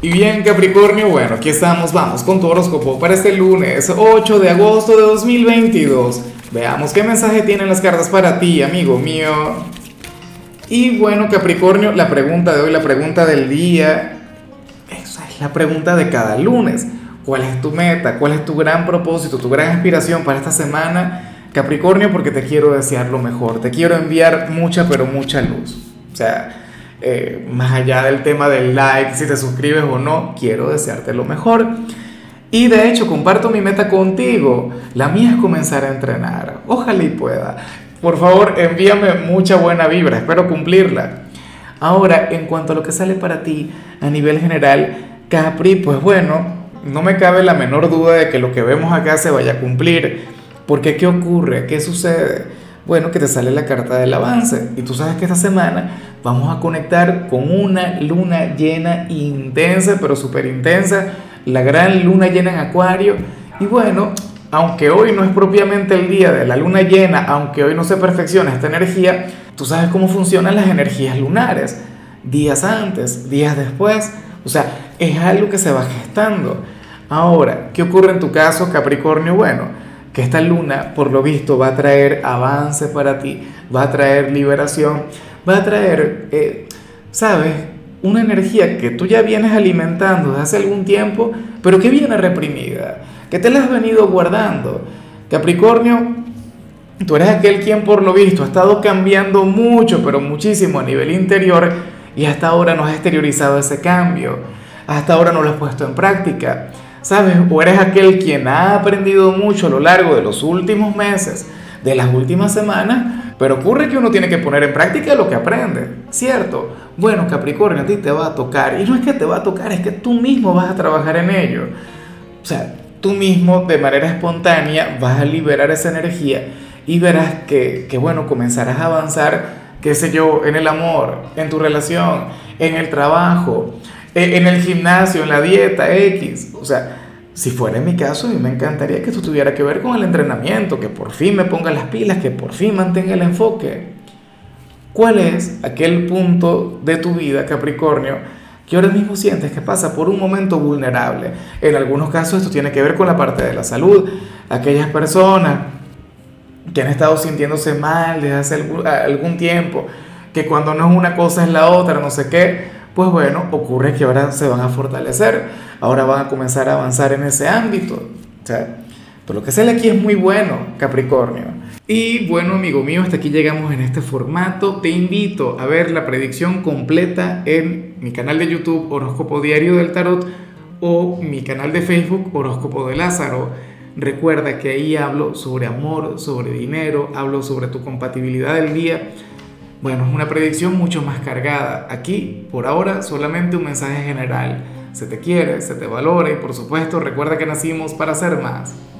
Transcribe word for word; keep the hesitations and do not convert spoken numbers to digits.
Y bien, Capricornio, bueno, aquí estamos, vamos con tu horóscopo para este lunes ocho de agosto de dos mil veintidós. Veamos qué mensaje tienen las cartas para ti, amigo mío. Y bueno, Capricornio, la pregunta de hoy, la pregunta del día, esa es la pregunta de cada lunes. ¿Cuál es tu meta? ¿Cuál es tu gran propósito, tu gran aspiración para esta semana, Capricornio? Porque te quiero desear lo mejor, te quiero enviar mucha, pero mucha luz. O sea, eh, más allá del tema del like, si te suscribes o no, quiero desearte lo mejor. Y de hecho, comparto mi meta contigo. La mía es comenzar a entrenar. Ojalá y pueda. Por favor, envíame mucha buena vibra, espero cumplirla. Ahora, en cuanto a lo que sale para ti a nivel general, Capri, pues bueno, no me cabe la menor duda de que lo que vemos acá se vaya a cumplir. Porque ¿qué ocurre? ¿Qué sucede? Bueno, que te sale la carta del avance. Y tú sabes que esta semana vamos a conectar con una luna llena intensa, pero súper intensa. La gran luna llena en Acuario. Y bueno, aunque hoy no es propiamente el día de la luna llena, aunque hoy no se perfecciona esta energía, tú sabes cómo funcionan las energías lunares. Días antes, días después. O sea, es algo que se va gestando. Ahora, ¿qué ocurre en tu caso, Capricornio? Bueno, que esta luna, por lo visto, va a traer avance para ti, va a traer liberación, va a traer, eh, ¿sabes? Una energía que tú ya vienes alimentando desde hace algún tiempo, pero que viene reprimida, que te la has venido guardando. Capricornio, tú eres aquel quien, por lo visto, ha estado cambiando mucho, pero muchísimo a nivel interior y hasta ahora no has exteriorizado ese cambio, hasta ahora no lo has puesto en práctica. ¿Sabes? O eres aquel quien ha aprendido mucho a lo largo de los últimos meses, de las últimas semanas, pero ocurre que uno tiene que poner en práctica lo que aprende, ¿cierto? Bueno, Capricornio, a ti te va a tocar, y no es que te va a tocar, es que tú mismo vas a trabajar en ello. O sea, tú mismo de manera espontánea vas a liberar esa energía y verás que, que bueno, comenzarás a avanzar, qué sé yo, en el amor, en tu relación, en el trabajo, en el gimnasio, en la dieta X. O sea, si fuera en mi caso, a mí me encantaría que esto tuviera que ver con el entrenamiento, que por fin me ponga las pilas, que por fin mantenga el enfoque. ¿Cuál es aquel punto de tu vida, Capricornio, que ahora mismo sientes que pasa por un momento vulnerable? En algunos casos esto tiene que ver con la parte de la salud. Aquellas personas que han estado sintiéndose mal desde hace algún, algún tiempo, que cuando no es una cosa es la otra, no sé qué. Pues bueno, ocurre que ahora se van a fortalecer, ahora van a comenzar a avanzar en ese ámbito. O sea, todo lo que sale aquí es muy bueno, Capricornio. Y bueno, amigo mío, hasta aquí llegamos en este formato. Te invito a ver la predicción completa en mi canal de YouTube, Horóscopo Diario del Tarot, o mi canal de Facebook, Horóscopo de Lázaro. Recuerda que ahí hablo sobre amor, sobre dinero, hablo sobre tu compatibilidad del día. Bueno, es una predicción mucho más cargada. Aquí, por ahora, solamente un mensaje general. Se te quiere, se te valora y por supuesto, recuerda que nacimos para ser más.